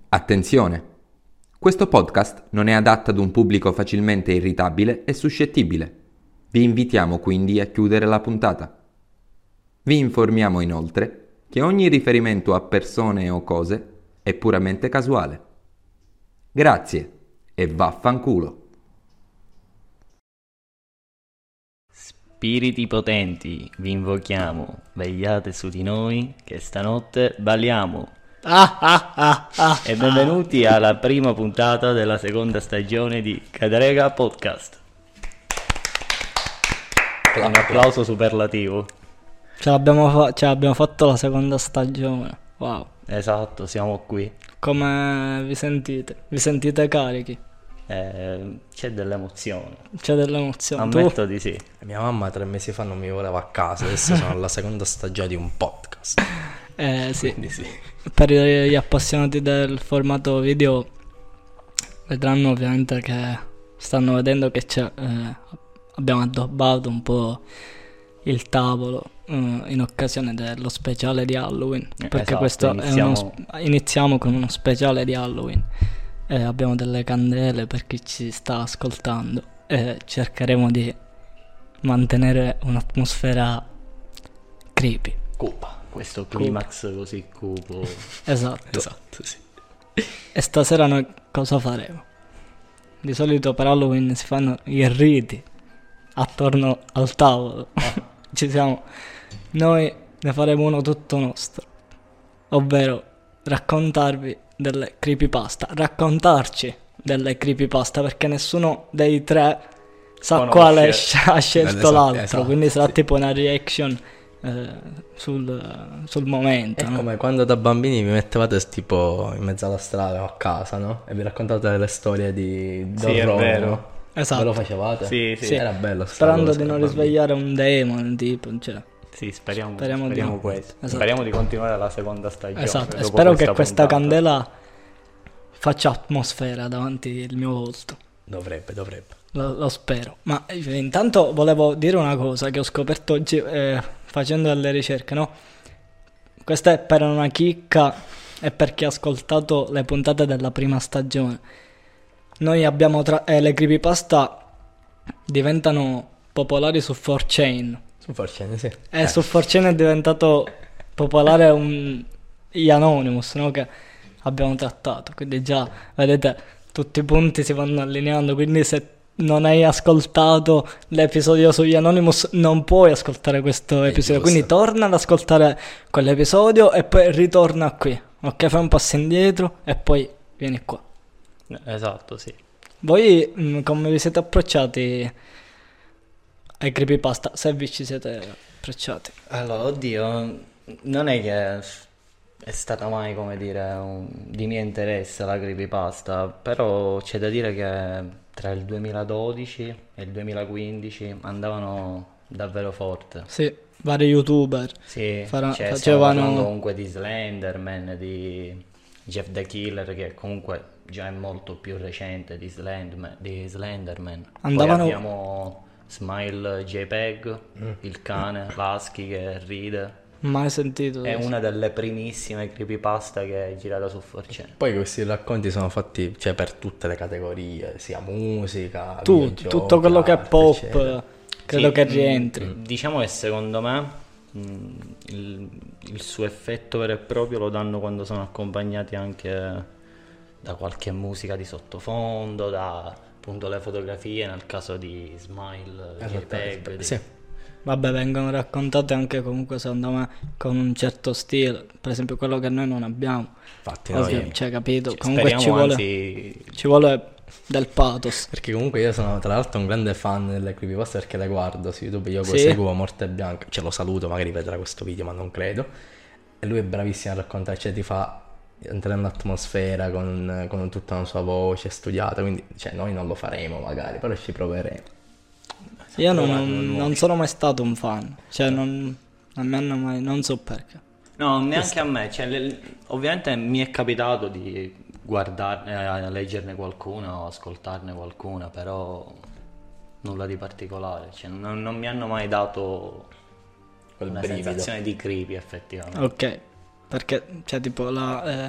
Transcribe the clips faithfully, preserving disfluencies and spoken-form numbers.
Attenzione! Questo podcast non è adatto ad un pubblico facilmente irritabile e suscettibile. Vi invitiamo quindi a chiudere la puntata. Vi informiamo inoltre che ogni riferimento a persone o cose è puramente casuale. Grazie e vaffanculo! Spiriti potenti, vi invochiamo, vegliate su di noi che stanotte balliamo. Ah, ah, ah, ah, e benvenuti ah. alla prima puntata della seconda stagione di Cadrega Podcast. Un applauso superlativo. Ce l'abbiamo, fa- ce l'abbiamo fatto la seconda stagione. Wow. Esatto, siamo qui. Come vi sentite? Vi sentite carichi? Eh, c'è dell'emozione. C'è dell'emozione. Ammetto tu? di sì. Mia mamma tre mesi fa non mi voleva a casa, adesso sono alla seconda stagione di un podcast. Eh sì. Quindi sì. Per gli appassionati del formato video vedranno ovviamente che stanno vedendo che c'è, eh, abbiamo addobbato un po' il tavolo eh, in occasione dello speciale di Halloween, perché esatto, questo iniziamo... è uno, iniziamo con uno speciale di Halloween e abbiamo delle candele per chi ci sta ascoltando e cercheremo di mantenere un'atmosfera creepy, cupa. Questo climax così cupo. esatto, esatto sì. E stasera noi cosa faremo? Di solito per Halloween si fanno i riti attorno al tavolo. Ci siamo. Noi ne faremo uno tutto nostro, ovvero raccontarvi delle creepypasta, raccontarci delle creepypasta, perché nessuno dei tre sa Conosce. quale sc- ha scelto Esatto, l'altro, esatto, quindi sarà sì. tipo una reaction eh, sul, sul momento, È no? come quando da bambini vi mettevate tipo in mezzo alla strada o a casa, no? E vi raccontate delle storie di Sì, è d'orrore, vero. no? Esatto. Ve lo facevate? Sì, sì. Sì. Era bello. sta Sperando cosa di non da bambini. risvegliare un demon, tipo, cioè. Sì, speriamo, Speriamo speriamo, di no. questo. Esatto. Speriamo di continuare la seconda stagione. Esatto, e dopo spero che questa puntata. candela faccia atmosfera davanti il mio volto. Dovrebbe, dovrebbe. Lo, lo spero. Ma eh, intanto volevo dire una cosa che ho scoperto oggi eh, facendo delle ricerche, no? Questa è per una chicca e per chi ha ascoltato le puntate della prima stagione. Noi abbiamo tra- eh, le creepypasta diventano popolari su four chan. Su Forcene, sì. E Eh, su four chan è diventato popolare un gli Anonymous, no? Che abbiamo trattato. Quindi già, vedete, tutti i punti si vanno allineando. Quindi se non hai ascoltato l'episodio sugli Anonymous non puoi ascoltare questo episodio. giusto. Quindi torna ad ascoltare quell'episodio e poi ritorna qui. Ok, fai un passo indietro e poi vieni qua. Esatto, sì. Voi mh, come vi siete approcciati ai creepypasta? Se vi ci siete approcciati. Allora, oddio, non è che è stata mai, come dire, un- di mio interesse la creepypasta, però c'è da dire che tra il duemiladodici e il duemilaquindici andavano davvero forte. Sì, vari youtuber. Sì, Farà- cioè, stiamo facevano- parlando comunque di Slenderman, di Jeff the Killer, che comunque già è molto più recente di Slenderman. Di Slenderman. Andavano- Poi abbiamo Smile JPEG, il cane, l'husky che ride. Mai sentito. È questo. una delle primissime creepypasta che è girata su four chan. Poi questi racconti sono fatti, cioè, per tutte le categorie, sia musica, Tu- videogiochi, tutto quello che è arte, pop, eccetera. credo Sì, che mm, rientri. Diciamo che secondo me mm, il, il suo effetto vero e proprio lo danno quando sono accompagnati anche da qualche musica di sottofondo, da appunto le fotografie, nel caso di Smile, JPEG. di- Sì. Vabbè, vengono raccontate anche comunque secondo me con un certo stile, per esempio quello che noi non abbiamo. Infatti Ovvio, noi... cioè, capito? Cioè, Comunque speriamo, ci vuole, anzi, ci vuole del pathos. Perché comunque io sono tra l'altro un grande fan delle creepypasta perché le guardo su YouTube, io Sì? seguo Morte Bianca, cioè lo saluto, magari vedrà questo video ma non credo, e lui è bravissimo a raccontare, cioè ti fa entrare in un'atmosfera con, con tutta una sua voce studiata, quindi cioè, noi non lo faremo magari, però ci proveremo. Io non, Provate, non- non non sono mai stato un fan, cioè non, non mi hanno mai, non so perché. no, neanche a me. Cioè, le- ovviamente mi è capitato di guardare, eh, leggerne qualcuna o ascoltarne qualcuna, però nulla di particolare. Cioè, non, non mi hanno mai dato Quel una brivido. sensazione di creepy, effettivamente. Ok, perché, cioè, tipo, la, eh,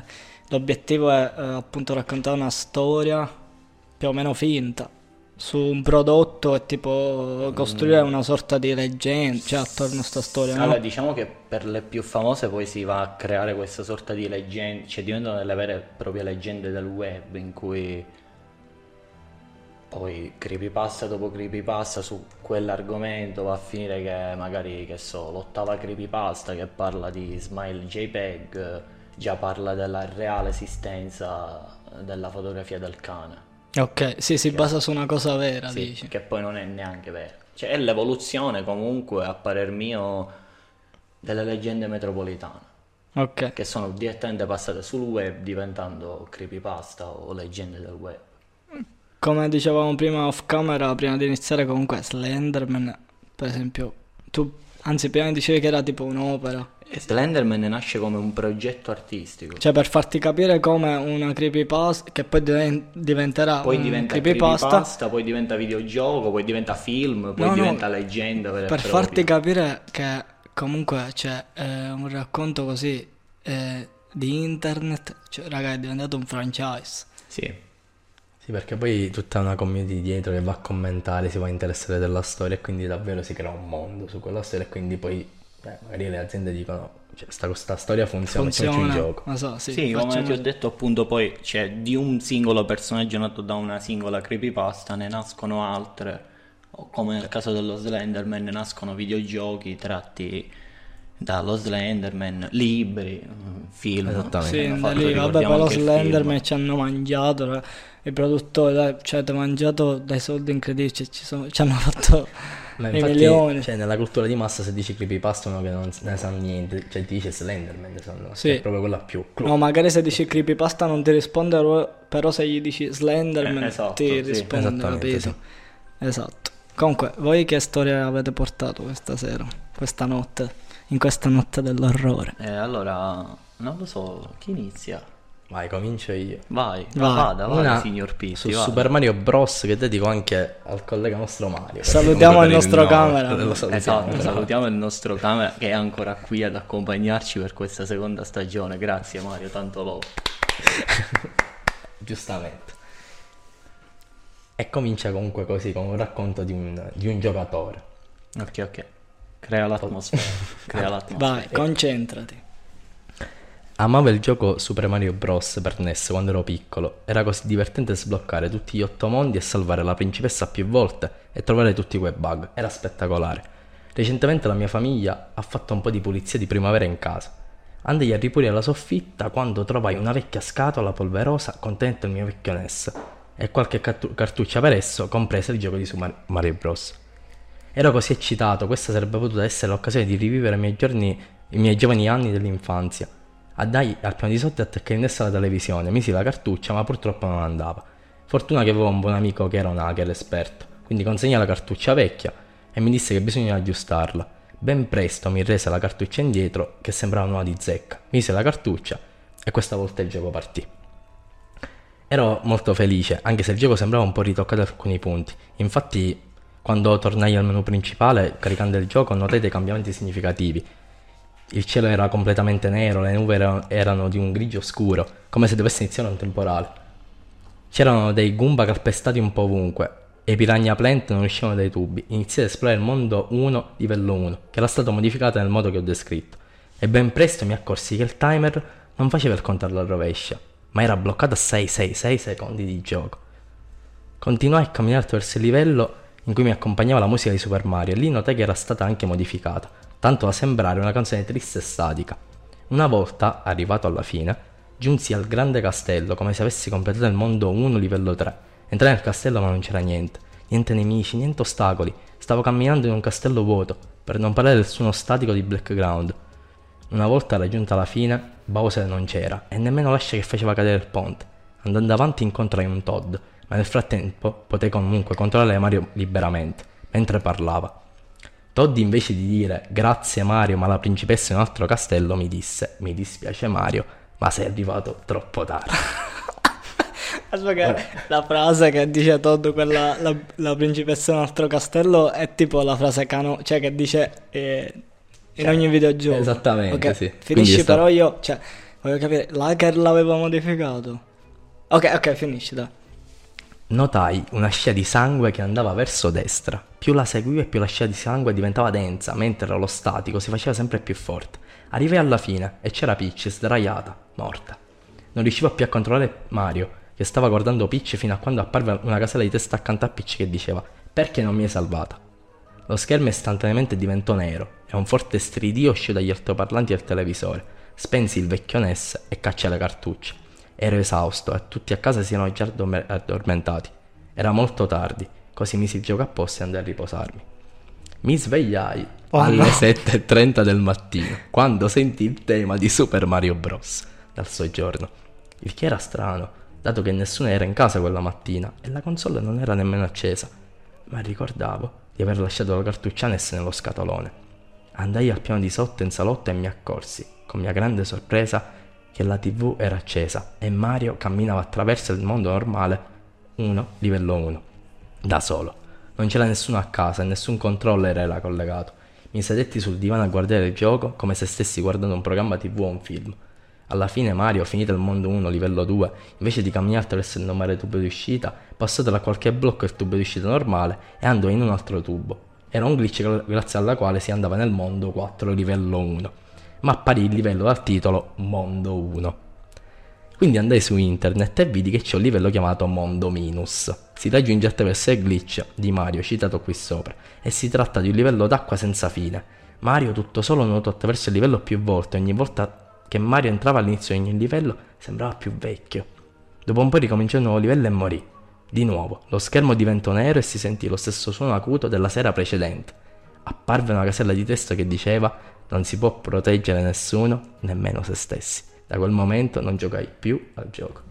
l'obiettivo è eh, appunto raccontare una storia più o meno finta su un prodotto e tipo costruire una sorta di leggenda, cioè attorno a sta storia, no? Allora, diciamo che per le più famose poi si va a creare questa sorta di leggenda, cioè diventano delle vere e proprie leggende del web in cui poi creepypasta dopo creepypasta su quell'argomento va a finire che magari, che so, l'ottava creepypasta che parla di Smile JPEG già parla della reale esistenza della fotografia del cane. Ok, sì, si basa su una cosa vera, Sì, dici. che poi non è neanche vero. Cioè è l'evoluzione comunque, a parer mio, delle leggende metropolitane, Ok. che sono direttamente passate sul web diventando creepypasta o leggende del web. Come dicevamo prima off camera, prima di iniziare, comunque Slenderman, per esempio, tu, anzi prima dicevi che era tipo un'opera. E Slenderman nasce come un progetto artistico. Cioè per farti capire come una creepypasta, che poi diven- diventerà Poi un diventa creepypasta, creepypasta, poi diventa videogioco, poi diventa film, poi No, no, diventa leggenda vera e per propria. farti capire che comunque c'è eh, un racconto così eh, di internet, cioè raga è diventato un franchise. Sì. Sì, perché poi tutta una community dietro che va a commentare, si va a interessare della storia e quindi davvero si crea un mondo su quella storia e quindi poi eh, magari le aziende dicono, cioè sta, questa storia funziona, mettiamoci in Funziona, gioco. ma so, sì, Sì, come facciamo- ti ho detto appunto poi c'è di un singolo personaggio nato da una singola creepypasta ne nascono altre, o come nel caso dello Slenderman ne nascono videogiochi tratti dallo Slenderman, libri, mm, film. Esattamente. Sì, Hanno da fatto, lì, vabbè, ricordiamo poi lo anche il Slenderman film. ci hanno mangiato, ra- i produttori, dai, cioè ti hanno mangiato dai soldi incredibili, cioè, ci, sono, ci hanno fatto Ma i infatti, milioni. cioè, nella cultura di massa se dici creepypasta uno che non ne sa niente, cioè ti dice Slenderman, secondo me, Sì. che è proprio quella più clou. No, magari se dici creepypasta non ti risponde, ro- però se gli dici Slenderman Eh, esatto, ti sì. risponde, Esattamente, capito? sì. Esatto. Comunque, voi che storia avete portato questa sera, questa notte, in questa notte dell'orrore? Eh, allora, non lo so, chi inizia? Vai, comincio io. Vai, Vai. vada, vada, Una signor Pitti, su vada. Super Mario Bros. Che dedico anche al collega nostro Mario. Salutiamo Comunque il per nostro nome, camera. lo salutiamo, Esatto, esatto. salutiamo il nostro camera che è ancora qui ad accompagnarci per questa seconda stagione. Grazie Mario, tanto love. Giustamente. E comincia comunque così, con un racconto di un, di un giocatore. Ok, ok. Crea l'atmosfera. Crea l'atmosfera. Vai, concentrati. Amavo il gioco Super Mario Bros. Per N E S quando ero piccolo. Era così divertente sbloccare tutti gli otto mondi e salvare la principessa più volte e trovare tutti quei bug. Era spettacolare. Recentemente la mia famiglia ha fatto un po' di pulizia di primavera in casa. Andai a ripulire la soffitta quando trovai una vecchia scatola polverosa contenente il mio vecchio N E S e qualche cartu- cartuccia per esso, compresa il gioco di Super Mario Bros. Ero così eccitato, questa sarebbe potuta essere l'occasione di rivivere i miei giorni, i miei giovani anni dell'infanzia. Andai al piano di sotto e attaccai il N E S alla televisione, misi la cartuccia ma purtroppo non andava. Fortuna che avevo un buon amico che era un hacker esperto, quindi consegnai la cartuccia vecchia e mi disse che bisognava aggiustarla. Ben presto mi rese la cartuccia indietro che sembrava nuova di zecca, mise la cartuccia e questa volta il gioco partì. Ero molto felice, anche se il gioco sembrava un po' ritoccato da alcuni punti. Infatti, quando tornai al menu principale, caricando il gioco, notai dei cambiamenti significativi. Il cielo era completamente nero, le nuvole erano, erano di un grigio scuro, come se dovesse iniziare un temporale. C'erano dei Goomba calpestati un po' ovunque, e i Piranha Plant non uscivano dai tubi. Iniziai ad esplorare il mondo uno, livello uno, che era stato modificato nel modo che ho descritto. E ben presto mi accorsi che il timer non faceva il conto alla rovescia, ma era bloccato a sei sei sei secondi di gioco. Continuai a camminare verso il livello in cui mi accompagnava la musica di Super Mario e lì notai che era stata anche modificata, tanto da sembrare una canzone triste e statica. Una volta, arrivato alla fine, giunsi al grande castello come se avessi completato il mondo uno livello tre. Entrai nel castello ma non c'era niente, niente nemici, niente ostacoli, stavo camminando in un castello vuoto, per non parlare del suono statico di Blackground. Una volta raggiunta la fine, Bowser non c'era, e nemmeno l'ascia che faceva cadere il ponte. Andando avanti incontrai un Toad, ma nel frattempo potei comunque controllare Mario liberamente, mentre parlava. Todd invece di dire grazie Mario ma la principessa è un altro castello mi disse mi dispiace Mario ma sei arrivato troppo tardi. Aspetta che la frase che dice Todd, quella la, la principessa in un altro castello, è tipo la frase cano, cioè che dice eh, in ogni videogioco. Esattamente, Ok, sì. Finisci Quindi sta- però io, cioè Voglio capire, l'hacker l'aveva modificato. Ok, ok, finisci, dai. Notai una scia di sangue che andava verso destra. Più la seguivo e più la scia di sangue diventava densa, mentre lo statico si faceva sempre più forte. Arrivai alla fine e c'era Peach sdraiata, morta. Non riuscivo più a controllare Mario, che stava guardando Peach fino a quando apparve una casella di testa accanto a Peach che diceva: perché non mi hai salvata? Lo schermo istantaneamente diventò nero e un forte stridio uscì dagli altoparlanti del televisore. Spensi il vecchio N E S e cacciai le cartucce. Ero esausto e tutti a casa si erano già addorme- addormentati. Era molto tardi, così misi il gioco a posto e andai a riposarmi. Mi svegliai Oh, alle no. sette e trenta del mattino, quando sentì il tema di Super Mario Bros. Dal soggiorno. Il che era strano, dato che nessuno era in casa quella mattina e la console non era nemmeno accesa, ma ricordavo di aver lasciato la cartuccia N E S nello scatolone. Andai al piano di sotto in salotto e mi accorsi, con mia grande sorpresa, che la tivù era accesa e Mario camminava attraverso il mondo normale uno, livello uno, da solo. Non c'era nessuno a casa e nessun controller era collegato. Mi sedetti sul divano a guardare il gioco come se stessi guardando un programma tivù o un film. Alla fine Mario, finito il mondo uno, livello due, invece di camminare attraverso il normale tubo di uscita, passò da qualche blocco il tubo di uscita normale e andò in un altro tubo. Era un glitch grazie alla quale si andava nel mondo quattro, livello uno. Ma apparì il livello dal titolo Mondo uno. Quindi andai su internet e vidi che c'è un livello chiamato Mondo Minus. Si raggiunge attraverso il glitch di Mario citato qui sopra e si tratta di un livello d'acqua senza fine. Mario tutto solo nuotò attraverso il livello più volte e ogni volta che Mario entrava all'inizio di ogni livello sembrava più vecchio. Dopo un po' ricominciò un nuovo livello e morì. Di nuovo, lo schermo diventò nero e si sentì lo stesso suono acuto della sera precedente. Apparve una casella di testo che diceva: non si può proteggere nessuno, nemmeno se stessi. Da quel momento non giocai più al gioco.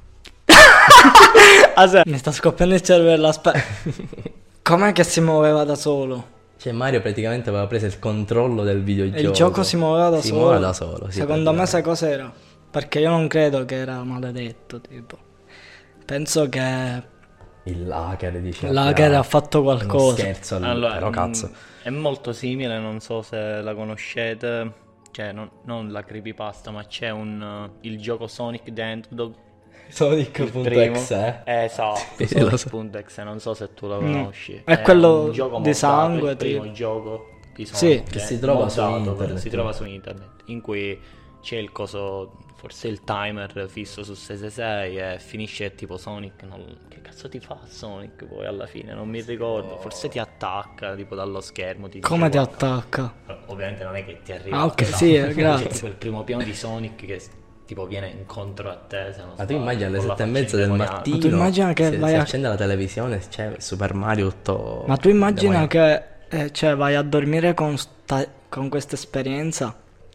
Aspetta, mi sta scoppiando il cervello, aspetta. Com'è che si muoveva da solo? Cioè Mario praticamente aveva preso il controllo del videogioco. E il gioco si muoveva da si solo? muoveva da solo, sì, Secondo me praticamente. sai cos'era? Perché io non credo che era maledetto, tipo. Penso che Il hacker dice l'hacker ha fatto uno qualcosa. scherzo al... Allora, però cazzo. mh, è molto simile, non so se la conoscete, cioè non, non la creepypasta, ma c'è un uh, il gioco Sonic the Hedgehog, il primo. Sonic.exe Esatto, Sì, lo so. Sonic.exe, non so se tu lo Mm. conosci. È quello un gioco di moddato, sangue, il primo tipo. gioco di Sì. Sonic Che eh, si trova su moddato, internet. si trova su internet, in cui c'è il coso, forse il timer fisso su sei sei sei e finisce tipo Sonic, non- che cazzo ti fa Sonic poi alla fine, non mi ricordo, forse ti attacca tipo dallo schermo, ti dice, Come ti "Guarda". attacca? Ovviamente non è che ti arriva. Ah, ok, esatto. sì, eh, C'è grazie. tipo il primo piano di Sonic che tipo viene incontro a te, se non Ma tu sbaglio, immagini alle con la sette e faccia mezza del indemoniata. mattino, Ma tu immagina che si, vai si a- accende la televisione, c'è Super Mario tutto Ma tu immagina indemoniato. che eh, cioè vai a dormire con, sta- con questa esperienza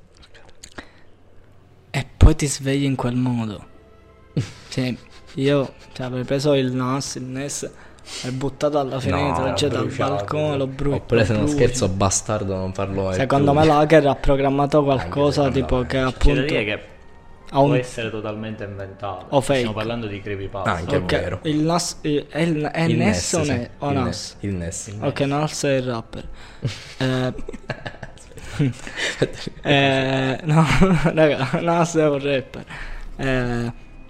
e poi ti svegli in quel modo. Cioè, io cioè, avrei preso il N A S, il N E S e buttato alla finestra, l'ho cioè dal bruciato, balcone, lo brucio. Oppure se non scherzo bastardo non farlo mai Secondo più. me l'hacker ha programmato qualcosa secondo tipo me. che C'è da appunto dire che ha un... può essere totalmente inventato. O fake. Stiamo parlando di creepypasta. Anche perché vero. il N A S è, il, è Il N E S o sì. ne- o Il N A N E S? S, il N E S. Ok, N A S è il rapper. eh, eh, no, raga, N A S è un rapper. Eh,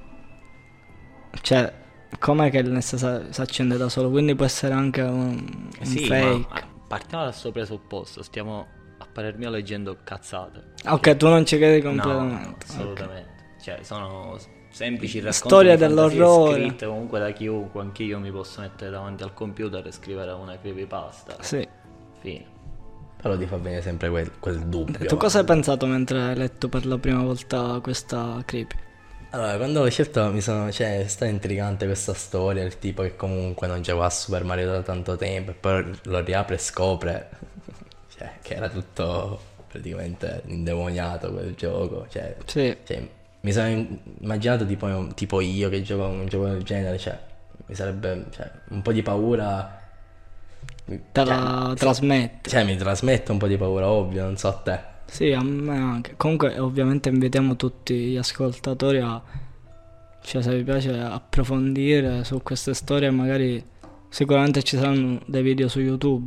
cioè, com'è che il N E S si si accende da solo? Quindi può essere anche un, un Sì, fake. ma partiamo dal suo presupposto. Stiamo a parer mio leggendo cazzate. Ok, tu non ci credi No, completamente. assolutamente. Cioè, sono semplici racconti Storia di fantasia dell'orrore. scritte comunque da chiunque. Anch'io mi posso mettere davanti al computer e scrivere una creepypasta. Ok. Sì. Fine. Però ti fa venire sempre quel, quel dubbio. E tu cosa hai pensato mentre hai letto per la prima volta questa creepy? Allora, quando l'ho scelto mi sono, cioè, è stata intrigante questa storia, il tipo che comunque non giocava a Super Mario da tanto tempo e poi lo riapre e scopre, cioè, che era tutto praticamente indemoniato quel gioco, cioè, Sì. cioè, mi sono in- immaginato tipo, un- tipo io che gioco a un gioco del genere, cioè, mi sarebbe, cioè, un po' di paura, Te cioè, la sì, trasmette. cioè, mi trasmette un po' di paura, ovvio, non so a te. Sì, a me anche. Comunque, ovviamente invitiamo tutti gli ascoltatori a, cioè, se vi piace approfondire su queste storie, magari sicuramente ci saranno dei video su YouTube.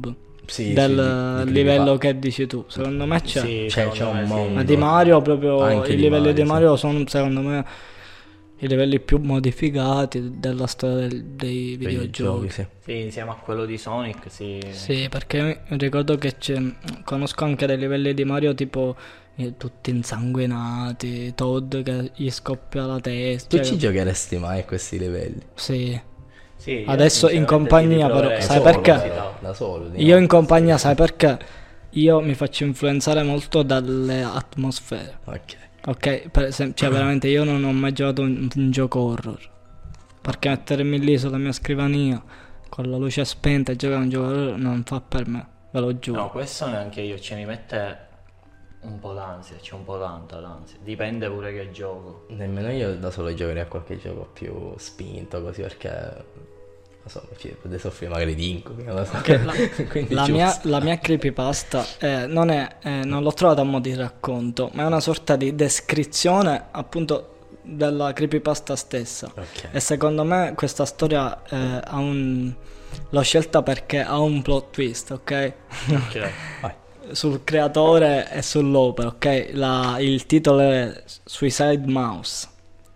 Sì, del sì, di- di livello creepypasta. che dici tu. Secondo me c'è. Sì, C'è- secondo c'è un me sì. mondo. Ma di Mario proprio Anche i di livelli di Mario, sì. Mario sono secondo me i livelli più modificati della storia del- dei videogiochi. Sì. Sì, insieme a quello di Sonic, sì. Sì, perché mi ricordo che c'è, conosco anche dei livelli di Mario tipo eh, tutti insanguinati, Toad che gli scoppia la testa. Tu cioè, ci giocheresti mai a questi livelli? Sì. Sì, io Adesso in sinceramente compagnia, ci però, riproverei. sai Da solo, perché? però, Da solo. di Io no. in compagnia, sai perché? Io mi faccio influenzare molto dalle atmosfere. Ok. Ok, per esempio, cioè veramente io non ho mai giocato un, un gioco horror. Perché mettermi lì sulla mia scrivania con la luce spenta e giocare a un gioco horror non fa per me, ve lo giuro. No, questo neanche io, cioè mi mette un po' d'ansia, c'è un po' tanta d'ansia. Dipende pure che gioco. Nemmeno io da solo giocherei a qualche gioco più spinto così perché non so, ci potete soffrire magari di incubi, non lo so. Che la, Quindi la giusto. mia, la mia creepypasta eh, non è, eh, non l'ho trovata a mo' di racconto, ma è una sorta di descrizione appunto della creepypasta stessa. Ok. E secondo me questa storia eh, ha un... l'ho scelta perché ha un plot twist, ok? Ok. Vai. Sul creatore e sull'opera, ok? La- il titolo è Suicide Mouse.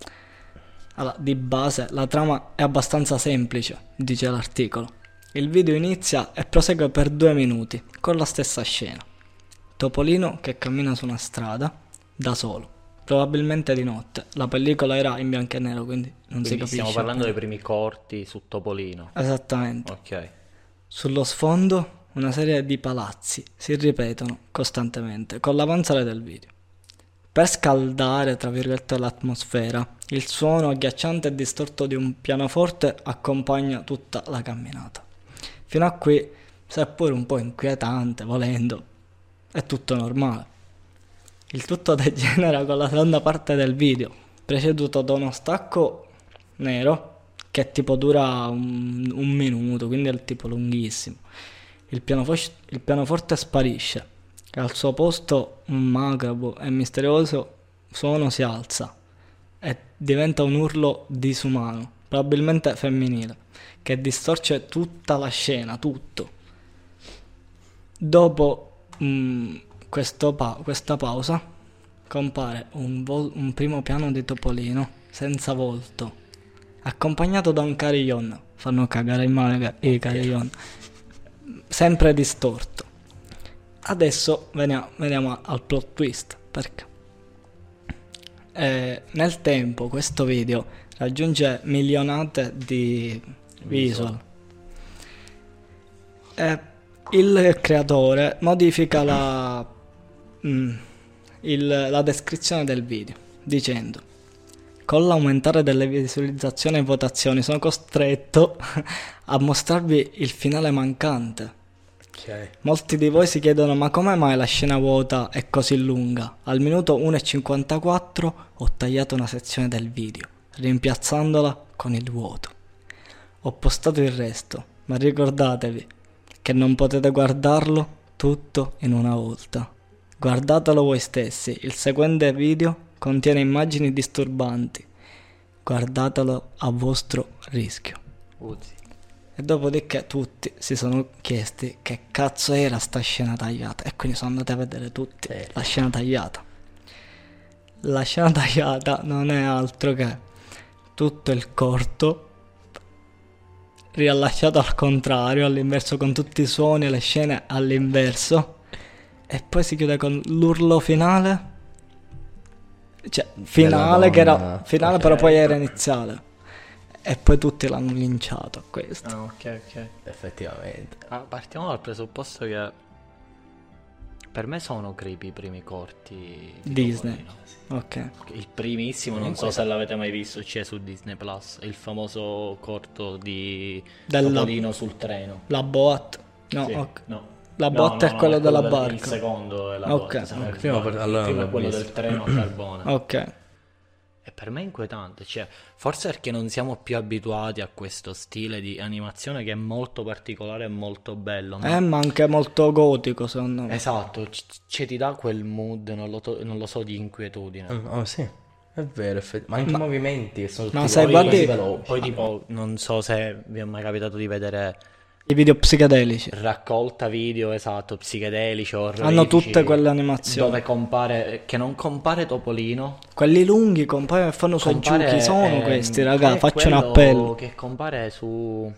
Allora, di base la trama è abbastanza semplice, dice l'articolo. Il video inizia e prosegue per due minuti, con la stessa scena. Topolino che cammina su una strada, da solo, probabilmente di notte. La pellicola era in bianco e nero, quindi non si Quindi capisce. stiamo parlando dei primi corti su Topolino. Esattamente. Ok. Sullo sfondo una serie di palazzi si ripetono costantemente con l'avanzare del video. Per scaldare, tra virgolette, l'atmosfera, il suono agghiacciante e distorto di un pianoforte accompagna tutta la camminata. Fino a qui, seppur un po' inquietante, volendo, è tutto normale. Il tutto degenera con la seconda parte del video, preceduto da uno stacco nero che tipo dura un, un minuto, quindi è tipo lunghissimo. Il, pianofo- il pianoforte sparisce e al suo posto un macabro e misterioso suono si alza e diventa un urlo disumano, probabilmente femminile, che distorce tutta la scena, tutto. Dopo mm, questo pa- questa pausa compare un, vol- un primo piano di Topolino senza volto, accompagnato da un carillon. Fanno cagare in male i carillon, sempre distorto. Adesso veniamo, veniamo al plot twist, perché eh, nel tempo questo video raggiunge milionate di visual. E il creatore modifica la, mm, il- la descrizione del video dicendo: con l'aumentare delle visualizzazioni e votazioni sono costretto a mostrarvi il finale mancante. Ok. Molti di voi si chiedono: ma come mai la scena vuota è così lunga? Al minuto uno e cinquantaquattro ho tagliato una sezione del video, rimpiazzandola con il vuoto. Ho postato il resto, ma ricordatevi che non potete guardarlo tutto in una volta. Guardatelo voi stessi, il seguente video contiene immagini disturbanti. Guardatelo a vostro rischio. Uzi. E dopodiché tutti si sono chiesti che cazzo era sta scena tagliata e quindi sono andati a vedere tutti Sì. la scena tagliata. La scena tagliata non è altro che tutto il corto riallacciato al contrario, all'inverso, con tutti i suoni e le scene all'inverso, e poi si chiude con l'urlo finale, cioè finale che era donna. finale, Ok. però poi era iniziale, e poi tutti l'hanno linciato a questo. Ah, ok, ok. Effettivamente. Ah, partiamo dal presupposto che per me sono creepy i primi corti di Disney. Topolino. Ok. Il primissimo, non so se l'avete mai visto, c'è su Disney Plus, il famoso corto di Della- Topolino sul treno. La boat. No, Sì, ok. no. La No, botte no, è no, quello della del- barca. Il secondo è la Ok, botte, se non ok. mi Prima sbaglio. per- allora Il primo l'ho è quello visto. del treno a carbone. Ok. E per me è inquietante, cioè, forse perché non siamo più abituati a questo stile di animazione che è molto particolare e molto bello. ma- Eh, ma anche molto gotico, secondo me. Esatto, c- c- ti dà quel mood, non lo, to- non lo so, di inquietudine. Mm, Oh sì, è vero, effett- ma anche i movimenti che sono ma tutti sai, veloci, guardi- veloci. Poi tipo, non so se vi è mai capitato di vedere I video psichedelici. Raccolta video, esatto, psichedelici, Hanno orrorifici, tutte quelle animazioni. dove compare, che non compare Topolino. Quelli lunghi compaiono e fanno sui Compare, giochi. Sono ehm, questi, raga. è Faccio un quello appello. che compare su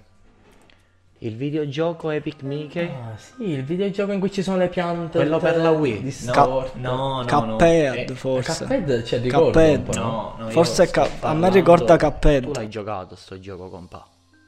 il videogioco Epic Mickey. Ah, sì, il videogioco in cui ci sono le piante. Quello per la Wii. distorte. No, no, no. Cuphead, Eh, forse. Cuphead, cioè, ricordo un po', Cuphead. no? No, no, io Forse sto Ca- a me parlando- ricorda Cuphead. Tu l'hai giocato sto gioco, compa.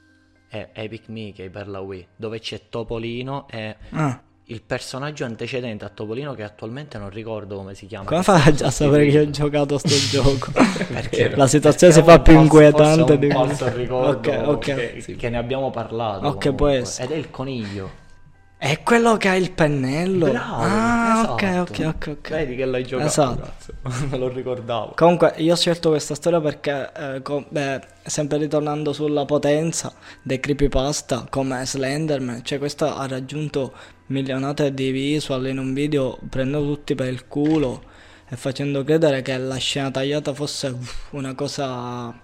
È Epic Mickey per la Wii, dove c'è Topolino e Ah, il personaggio antecedente a Topolino, che attualmente non ricordo come si chiama. come che fai sta a sapere che ho sostituito. giocato a sto gioco? Perché La situazione si perché fa più forse- inquietante forse di è un falso ricordo Ok, ok. che, che ne abbiamo parlato. Ok, può comunque. essere. Ed è il coniglio. È quello che ha il pennello. Bravo, Ah, ok, esatto. ok, ok, ok. Vedi che l'hai giocato, Esatto. cazzo. Me lo ricordavo. Comunque, io ho scelto questa storia perché, eh, co- beh, sempre ritornando sulla potenza dei creepypasta come Slenderman, cioè questo ha raggiunto milionate di visual in un video prendendo tutti per il culo e facendo credere che la scena tagliata fosse uff, una cosa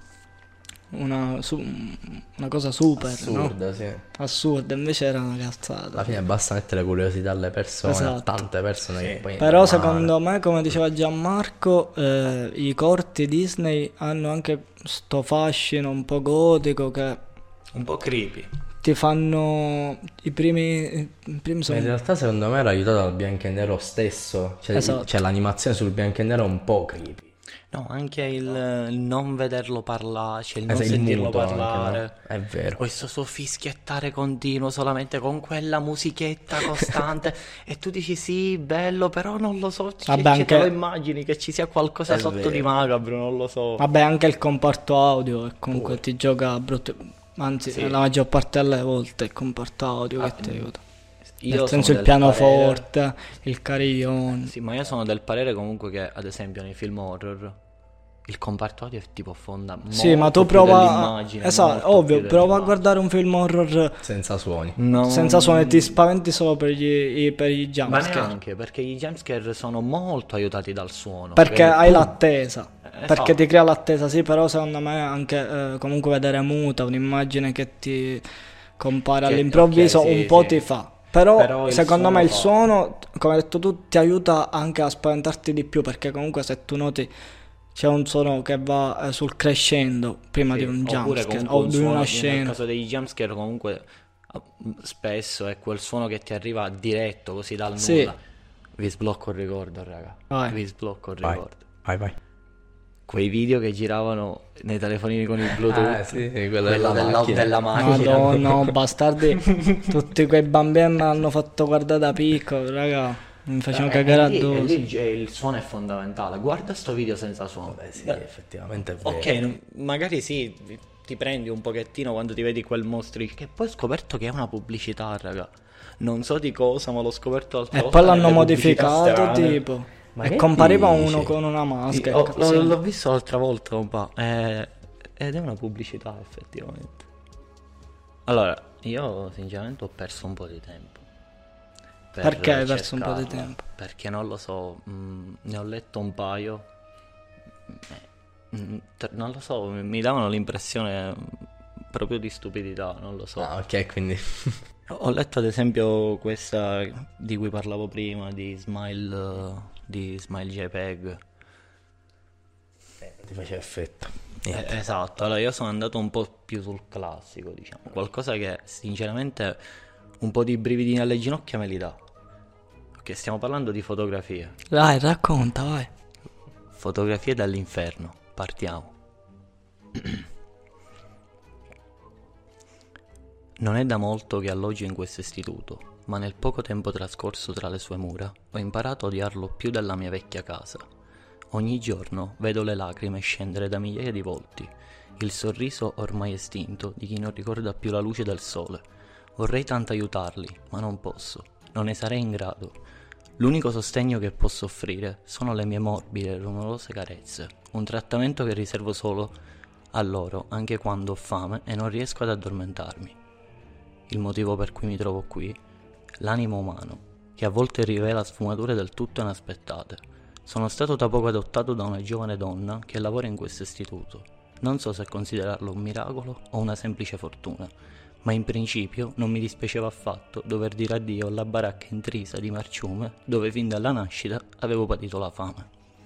una, su- una cosa super, no? Assurda, sì. Assurda, invece era una cazzata. Alla fine basta mettere curiosità alle persone, a Esatto. tante persone che poi Però male. secondo me, come diceva Gianmarco, eh, i corti Disney hanno anche sto fascino un po' gotico che Un po' creepy. ti fanno i primi, i primi Ma in sono... realtà secondo me era aiutato dal bianco e nero stesso, cioè, Esatto. cioè l'animazione sul bianco e nero è un po' creepy. No, anche il, il non vederlo parlare, cioè il non Eh, sei sentirlo muto anche, parlare. no? È vero. Questo suo fischiettare continuo solamente con quella musichetta costante e tu dici sì, bello, però non lo so, c- Vabbè, c- anche- te lo immagini che ci sia qualcosa È sotto vero. di macabro, non lo so. Vabbè, anche il comparto audio che comunque ti gioca brutto... Anzi, Sì. la maggior parte delle volte il comparto audio Ah, che ti aiuta. Io Nel sono senso il del pianoforte, il carillon. Sì, ma io sono del parere comunque che, ad esempio, nei film horror il comparto audio è tipo fonda Sì, ma tu molto più prova... dell'immagine, Esatto, molto ovvio, più prova a dell'immagine. guardare un film horror Senza suoni. No, senza suoni, ti spaventi solo per gli, i- per i ma jumpscare. neanche, perché i jumpscare sono molto aiutati dal suono. Perché Vedi? hai l'attesa. Esatto. Perché ti crea l'attesa, sì, però secondo me anche eh, comunque vedere muta un'immagine che ti compare Che- all'improvviso ok, sì, un po' sì. ti fa. Però, Però il secondo suono me il fa. suono, come hai detto tu, ti aiuta anche a spaventarti di più, perché comunque se tu noti c'è un suono che va eh, sul crescendo prima Sì, di un oppure jumpscare comunque o un di suono, una nel scena. caso dei jumpscare comunque ah, spesso è quel suono che ti arriva diretto così dal Sì. nulla. Vi sblocco il ricordo, raga. Vai. Vi sblocco il Vai, ricordo. vai, vai. Quei video che giravano nei telefonini con il Bluetooth. Ah, sì, sì, quello Quello della della, macchina. della macchina. Madonna, no, bastardi. Tutti quei bambini me l'hanno fatto guardare da piccolo, raga. Mi facevano Eh, cagare eh, lì- addosso. eh, lì il, il suono è fondamentale. Guarda sto video senza suono. Beh, sì, Eh, effettivamente è vero. ok, non- magari sì, ti prendi un pochettino quando ti vedi quel mostro che poi ho scoperto che è una pubblicità, raga. Non so di cosa, ma l'ho scoperto l'altra E volta poi l'hanno nelle pubblicità modificato strane. tipo. Ma E che compariva dici? uno con una Sì, maschera. ho- l'ho, Sì. l'ho visto l'altra volta un po'. eh, ed è una pubblicità, effettivamente. Allora, io sinceramente ho perso un po' di tempo. per Perché hai perso un po' di cercarla, tempo? Perché non lo so, mh, ne ho letto un paio. eh, mh, t- non lo so, mi mi davano l'impressione mh, proprio di stupidità, non lo so. Ah, ok, quindi Ho letto ad esempio questa di cui parlavo prima, di Smile, eh, di Smile JPEG. ti faceva effetto. Eh, Niente. esatto, allora io sono andato un po' più sul classico, diciamo, qualcosa che sinceramente un po' di brividi nelle ginocchia me li dà. Perché stiamo parlando di fotografie. Dai, racconta, vai. Fotografie dall'inferno, partiamo. Non è da molto che alloggio in questo istituto, ma nel poco tempo trascorso tra le sue mura ho imparato a odiarlo più della mia vecchia casa. Ogni giorno vedo le lacrime scendere da migliaia di volti, il sorriso ormai estinto di chi non ricorda più la luce del sole. Vorrei tanto aiutarli, ma non posso, non ne sarei in grado. L'unico sostegno che posso offrire sono le mie morbide e rumorose carezze, un trattamento che riservo solo a loro anche quando ho fame e non riesco ad addormentarmi. Il motivo per cui mi trovo qui? L'animo umano, che a volte rivela sfumature del tutto inaspettate. Sono stato da poco adottato da una giovane donna che lavora in questo istituto. Non so se considerarlo un miracolo o una semplice fortuna, ma in principio non mi dispiaceva affatto dover dire addio alla baracca intrisa di Marciume, dove fin dalla nascita avevo patito la fame.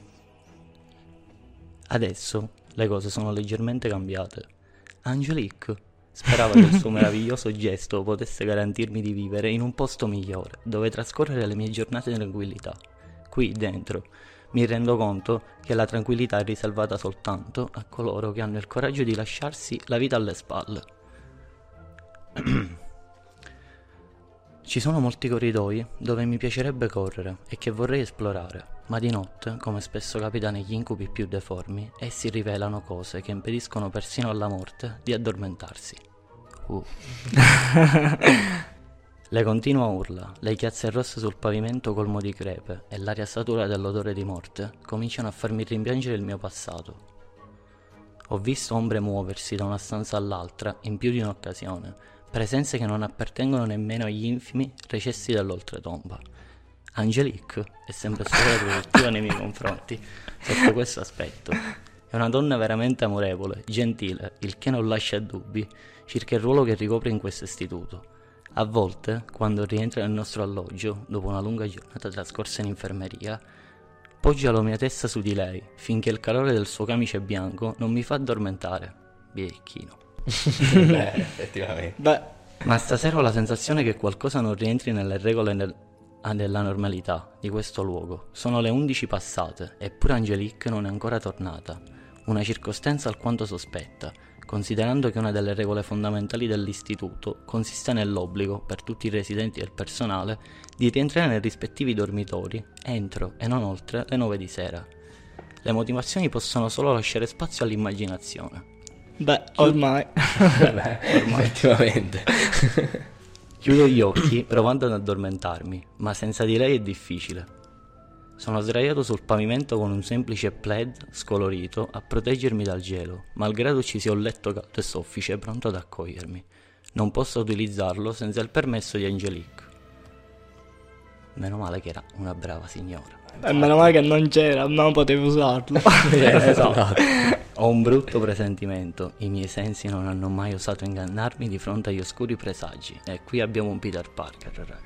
Adesso le cose sono leggermente cambiate. Angelique sperava che il suo meraviglioso gesto potesse garantirmi di vivere in un posto migliore, dove trascorrere le mie giornate in tranquillità. Qui dentro mi rendo conto che la tranquillità è riservata soltanto a coloro che hanno il coraggio di lasciarsi la vita alle spalle. Ci sono molti corridoi dove mi piacerebbe correre e che vorrei esplorare, ma di notte, come spesso capita negli incubi più deformi, essi rivelano cose che impediscono persino alla morte di addormentarsi. Uh. Le continue urla, le chiazze rosse sul pavimento colmo di crepe e l'aria satura dell'odore di morte cominciano a farmi rimpiangere il mio passato. Ho visto ombre muoversi da una stanza all'altra in più di un'occasione, presenze che non appartengono nemmeno agli infimi recessi dell'oltretomba. Angelique è sempre stata protettiva nei miei confronti sotto questo aspetto. È una donna veramente amorevole, gentile, il che non lascia dubbi circa il ruolo che ricopre in questo istituto. A volte, quando rientra nel nostro alloggio, dopo una lunga giornata trascorsa in infermeria, poggia la mia testa su di lei, finché il calore del suo camice bianco non mi fa addormentare. Birichino. Beh, effettivamente. Beh, Ma stasera ho la sensazione che qualcosa non rientri nelle regole nel- ah, della normalità di questo luogo. Sono le undici passate, eppure Angelique non è ancora tornata. Una circostanza alquanto sospetta, considerando che una delle regole fondamentali dell'istituto consiste nell'obbligo, per tutti i residenti e il personale, di rientrare nei rispettivi dormitori entro e non oltre le nove di sera. Le motivazioni possono solo lasciare spazio all'immaginazione. beh, ormai. Beh, effettivamente. Chiudo gli occhi provando ad addormentarmi, ma senza di lei è difficile. Sono sdraiato sul pavimento con un semplice plaid scolorito a proteggermi dal gelo, malgrado ci sia un letto caldo e soffice pronto ad accogliermi. Non posso utilizzarlo senza il permesso di Angelique. Meno male che era una brava signora. E meno male che non c'era, non potevo usarlo. Esatto. Ho un brutto presentimento, i miei sensi non hanno mai osato ingannarmi di fronte agli oscuri presagi. E qui abbiamo un Peter Parker,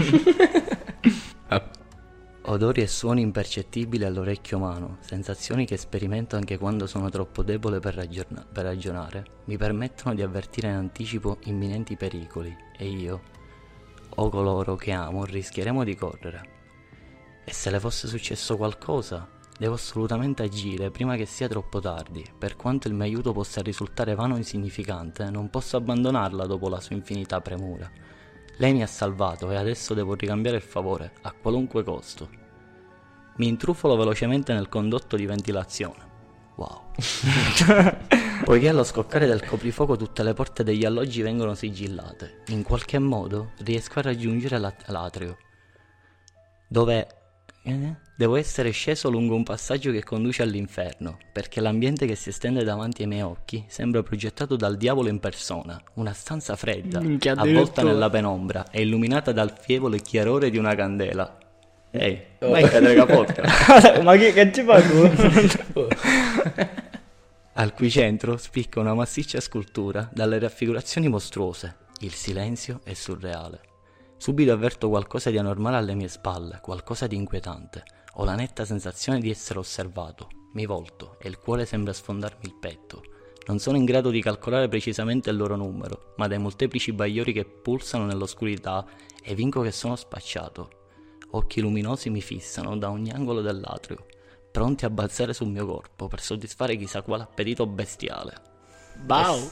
raga. Odori e suoni impercettibili all'orecchio umano, sensazioni che sperimento anche quando sono troppo debole per, ragiona- per ragionare, mi permettono di avvertire in anticipo imminenti pericoli, e io, o coloro che amo, rischieremo di correre. E se le fosse successo qualcosa, devo assolutamente agire prima che sia troppo tardi. Per quanto il mio aiuto possa risultare vano o insignificante, non posso abbandonarla dopo la sua infinita premura. Lei mi ha salvato e adesso devo ricambiare il favore, a qualunque costo. Mi intrufolo velocemente nel condotto di ventilazione. Wow. Poiché allo scoccare del coprifuoco tutte le porte degli alloggi vengono sigillate, in qualche modo riesco a raggiungere l'at- l'atrio, dove eh, devo essere sceso lungo un passaggio che conduce all'inferno, perché l'ambiente che si estende davanti ai miei occhi sembra progettato dal diavolo in persona. Una stanza fredda, Minchia, avvolta addirittura. nella penombra e illuminata dal fievole chiarore di una candela. Ehi, vai a cadere capotta. Ma che, che ci fai tu? Al cui centro spicca una massiccia scultura dalle raffigurazioni mostruose. Il silenzio è surreale. Subito avverto qualcosa di anormale alle mie spalle, qualcosa di inquietante. Ho la netta sensazione di essere osservato. Mi volto e il cuore sembra sfondarmi il petto. Non sono in grado di calcolare precisamente il loro numero, ma dai molteplici bagliori che pulsano nell'oscurità evinco che sono spacciato. Occhi luminosi mi fissano da ogni angolo dell'atrio, pronti a balzare sul mio corpo per soddisfare chissà quale appetito bestiale. Bau.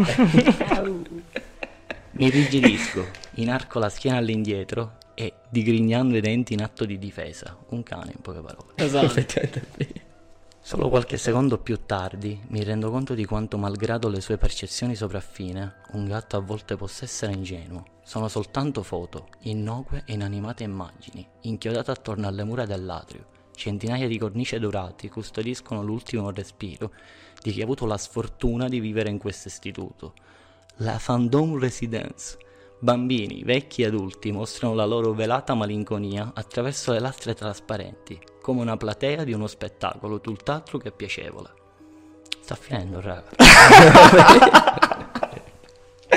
Mi rigidisco, inarco la schiena all'indietro e, digrignando i denti in atto di difesa, un cane in poche parole. Esatto. Effettivamente sì. Solo qualche secondo più tardi mi rendo conto di quanto, malgrado le sue percezioni sopraffine, un gatto a volte possa essere ingenuo. Sono soltanto foto, innocue e inanimate immagini, inchiodate attorno alle mura dell'atrio. Centinaia di cornici dorati custodiscono l'ultimo respiro di chi ha avuto la sfortuna di vivere in questo istituto. La Fandom Residence. Bambini, vecchi e adulti mostrano la loro velata malinconia attraverso le lastre trasparenti, come una platea di uno spettacolo tutt'altro che piacevole. Sta finendo, raga.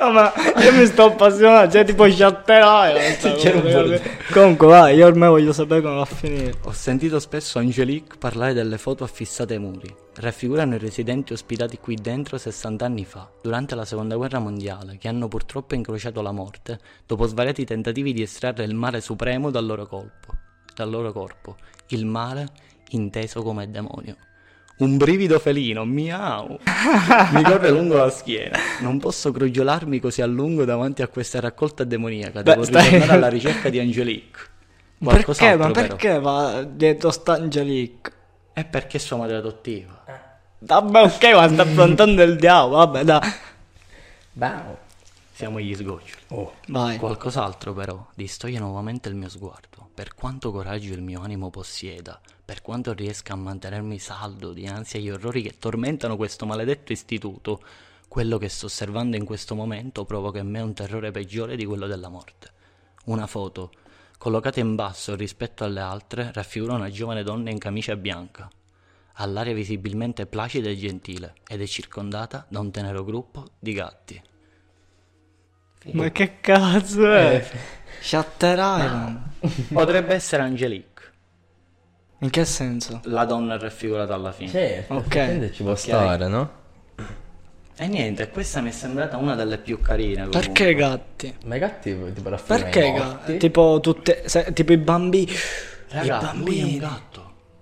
No, ma io mi sto appassionando, cioè tipo sciatterai. C'era un bordello. Comunque vai, io ormai voglio sapere come va a finire. Ho sentito spesso Angelique parlare delle foto affissate ai muri. Raffigurano i residenti ospitati qui dentro sessanta anni fa, durante la seconda guerra mondiale, che hanno purtroppo incrociato la morte dopo svariati tentativi di estrarre il male supremo dal loro colpo, dal loro corpo. Il male inteso come demonio. Un brivido felino, miau, mi corre lungo la schiena. Non posso crogiolarmi così a lungo davanti a questa raccolta demoniaca. Devo Beh, stai- ritornare alla ricerca di Angelique. Perché? Qualcos'altro, Ma però. perché va dietro sta Angelique? È perché è sua madre adottiva. Vabbè, ok, ma sta affrontando il diavolo, vabbè, dai. Wow. Siamo gli sgoccioli. Oh. Vai. Qualcos'altro però distoglie nuovamente il mio sguardo. Per quanto coraggio il mio animo possieda, per quanto riesca a mantenermi saldo dinanzi agli orrori che tormentano questo maledetto istituto, quello che sto osservando in questo momento provoca in me un terrore peggiore di quello della morte. Una foto, collocata in basso rispetto alle altre, raffigura una giovane donna in camicia bianca. Ha l'aria visibilmente placida e gentile ed è circondata da un tenero gruppo di gatti. Ma che cazzo è? Shutter Island. Potrebbe essere Angelique, In che senso? la donna raffigurata alla fine. Certo, Ok. effettivamente ci può Ok. stare, no? E niente, questa mi è sembrata una delle più carine. comunque. Perché gatti? Ma i gatti tipo raffigurano Perché i gatti? morti? Tipo tutte, se- tipo i bambini. Raga, I lui è un bambini. gatto.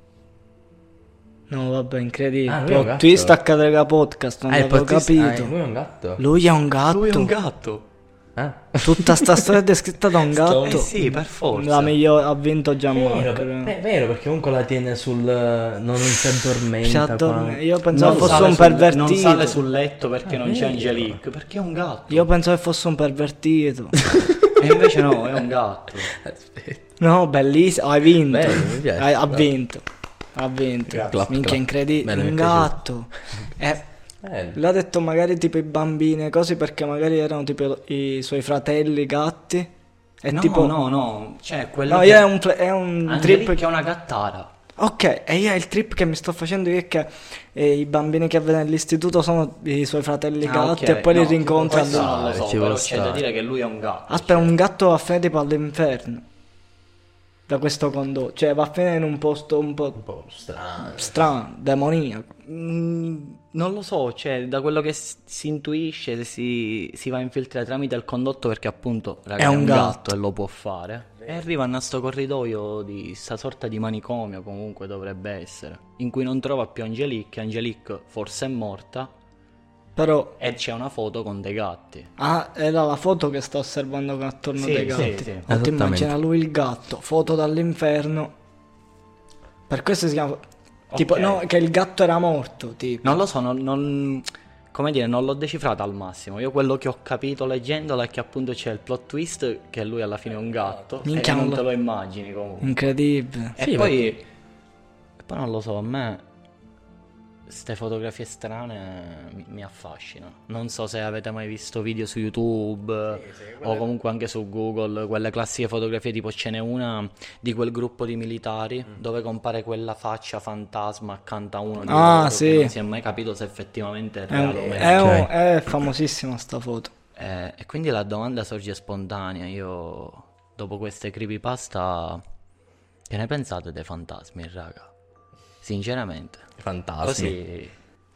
No, vabbè, incredibile. Ah, lui è un Plot gatto? twist a Cadrega Podcast, non Ah, il avevo plot twist- capito. ah, lui è un gatto? Lui è un gatto. Lui è un gatto. Ah. Tutta sta storia è descritta da un gatto. Eh sì, per forza. La migliore ha vinto già Vero, Marco. per- è vero, perché comunque la tiene sul... non si addormenta. Si addorme- quando- Io pensavo Non fosse sale un sul- pervertito. Non sale sul letto perché Ah, non c'è vero. Angelique, perché è un gatto. Io pensavo che fosse un pervertito. E invece no, è un gatto. Aspetta. No, bellissimo. Hai vinto. Bello, mi piace, Hai- ha bravo. vinto. Ha vinto. Clap, clap. Minchia, incredibile. Bene, mi Un è piaciuto. gatto. Eh, Bello. l'ha detto magari tipo i bambini e così perché magari erano tipo i suoi fratelli gatti. E no, tipo... no, no. Cioè, quello No, che... io è un, fle- è un Angelique trip. è una gattara. Ok, e io il trip che mi sto facendo io è che eh, i bambini che vedono all'istituto sono i suoi fratelli Ah, gatti ok. e poi No, li rincontra. questo non lo stare, so, ci però può c'è da stare. dire che lui è un gatto. Aspetta, cioè. un gatto va a finire tipo all'inferno. Da questo condotto. Cioè va a finire in un posto un po' Un po' strano. strano, demoniaco. Mm, non lo so, cioè, da quello che s- si intuisce si, si va a infiltrare tramite il condotto perché appunto raga, È è un un gatto. gatto e lo può fare. E arrivano a sto corridoio di sta sorta di manicomio comunque dovrebbe essere, in cui non trova più Angelique, Angelique forse è morta Però... e c'è una foto con dei gatti. Ah, era la foto che sta osservando attorno Sì, dei sì, gatti. sì. O ti Esattamente. immagina lui il gatto, foto dall'inferno. Per questo si chiama... Tipo, Ok. no, che il gatto era morto, tipo. Non lo so, non, non- come dire, non l'ho decifrata al massimo. Io quello che ho capito leggendola è che appunto c'è il plot twist che lui alla fine è un gatto Minchia, e non non te lo- lo immagini comunque. Incredibile. E Sì, poi, e poi non lo so, a me queste fotografie strane mi, mi affascinano. Non so se avete mai visto video su YouTube o comunque anche su Google, quelle classiche fotografie tipo ce n'è una di quel gruppo di militari dove compare quella faccia fantasma accanto a uno di Ah, loro sì. che non si è mai capito se effettivamente è È, un- reale o meno. è un- Ok. è famosissima sta foto. Eh, e quindi la domanda sorge spontanea. Io, dopo queste creepypasta, che ne pensate dei fantasmi, raga? Sinceramente, Fantasmi. così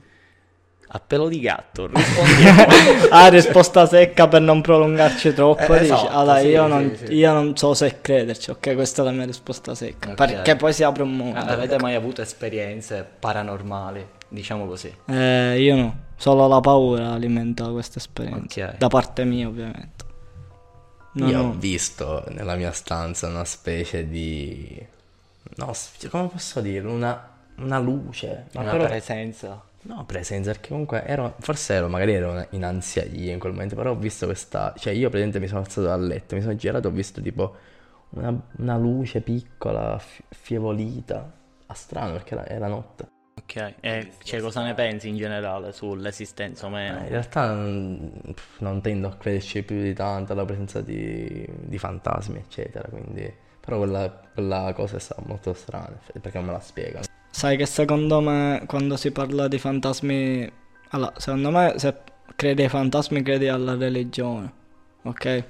a pelo di gatto rispondiamo. Ah, risposta secca per non prolungarci troppo. Eh, dici? esatto, Allora, sì, io, sì, non, sì. io non so se crederci, ok? Questa è la mia risposta secca. Ok. Perché poi si apre un mondo. Avete mai avuto esperienze paranormali, diciamo così? Eh, io no, solo la paura alimenta questa esperienza. Ok. Da parte mia, ovviamente. No, Io ho no. visto nella mia stanza una specie di... No, s- come posso dire? Una, una luce. Ma Una però... presenza. No, presenza, perché comunque ero, forse ero, magari ero in ansia io in quel momento, però ho visto questa, cioè io praticamente mi sono alzato dal letto, mi sono girato e ho visto tipo una, una luce piccola, fi- fievolita, ah, strano perché era, era notte. Ok, e cioè, cosa ne pensi in generale sull'esistenza o Eh, meno? in realtà non, non tendo a crederci più di tanto alla presenza di, di fantasmi, eccetera, quindi... Però quella, quella cosa è stata molto strana, perché non me la spiegano. Sai che secondo me quando si parla di fantasmi... Allora, secondo me se credi ai fantasmi, credi alla religione, ok?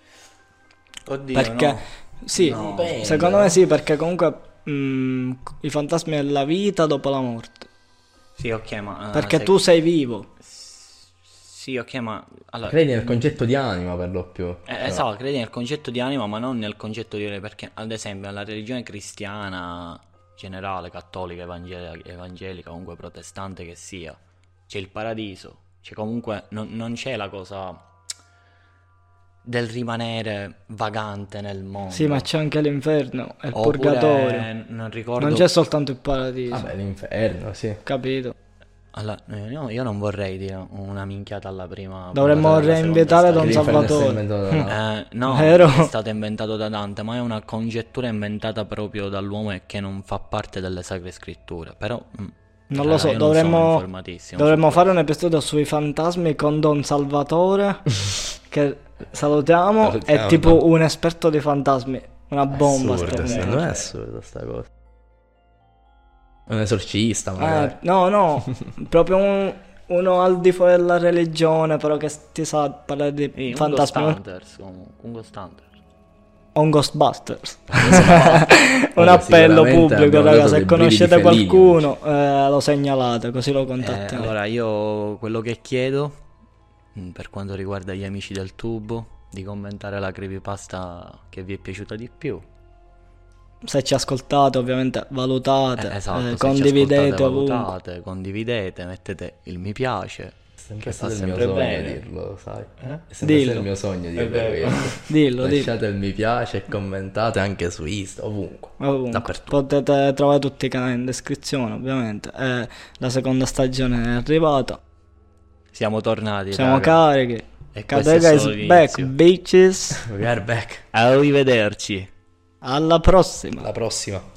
Oddio, Perché no. sì, No. Dipende, secondo no? me sì, perché comunque mm, i fantasmi è la vita dopo la morte. Sì, ok, ma... eh, Perché se- tu sei vivo. Sì, ok, ma... Allora, Credi nel concetto di anima per lo più. Eh, esatto, credi nel concetto di anima, ma non nel concetto di... Perché, ad esempio, nella religione cristiana, generale, cattolica, evangelica, evangelica, comunque protestante che sia, c'è il paradiso. Cioè, comunque, non, non c'è la cosa del rimanere vagante nel mondo. Sì, ma c'è anche l'inferno e il Oppure, purgatorio. non ricordo... Non c'è soltanto il paradiso, Vabbè, l'inferno, sì. capito? Allora, io, io non vorrei dire una minchiata alla prima. Dovremmo puntata della reinvitare seconda Don L'inferno è stato Salvatore. inventato da là. Eh, no, Vero? è stato inventato da Dante, ma è una congettura inventata proprio dall'uomo e che non fa parte delle sacre scritture. Però mm, Non eh, lo so, io non sono dovremmo, informatissimo dovremmo su fare un episodio sui fantasmi con Don Salvatore, che salutiamo, Salutiamo, è tipo no? un esperto di fantasmi, una bomba. Assurdo, sto secondo me è assurdo sta cosa. Un esorcista, magari. Eh, no, no, proprio un- uno al di fuori della religione, però che ti sa parlare di Sì, un fantasmi. Ghost Hunters, comunque, un Ghost Hunter. O un Ghostbusters. un Comunque appello sicuramente pubblico, abbiamo raga, dato se dei conoscete brividi felini, qualcuno, eh, lo segnalate, così lo Eh, contattiamo. allora, io quello che chiedo, mm, per quanto riguarda gli amici del tubo, di commentare la creepypasta che vi è piaciuta di più. Se ci ascoltate, ovviamente valutate, Eh, esatto, eh, se ci condividete ascoltate, ovunque. valutate, condividete, mettete il mi piace. È sempre Che fa stato il mio sempre sogno bene. dirlo, sai? Eh? È sempre Dillo. stato il mio sogno dirlo vero. io. Dillo, dillo. Lasciate il mi piace e commentate anche su Insta, ovunque. Ovunque. Dappertutto. Potete trovare tutti i canali in descrizione, ovviamente. Eh, la seconda stagione è arrivata. Siamo tornati. Siamo raga. carichi. E questo è Cadega is solo back, l'inizio. bitches. We are back. Arrivederci. Alla prossima. Alla prossima.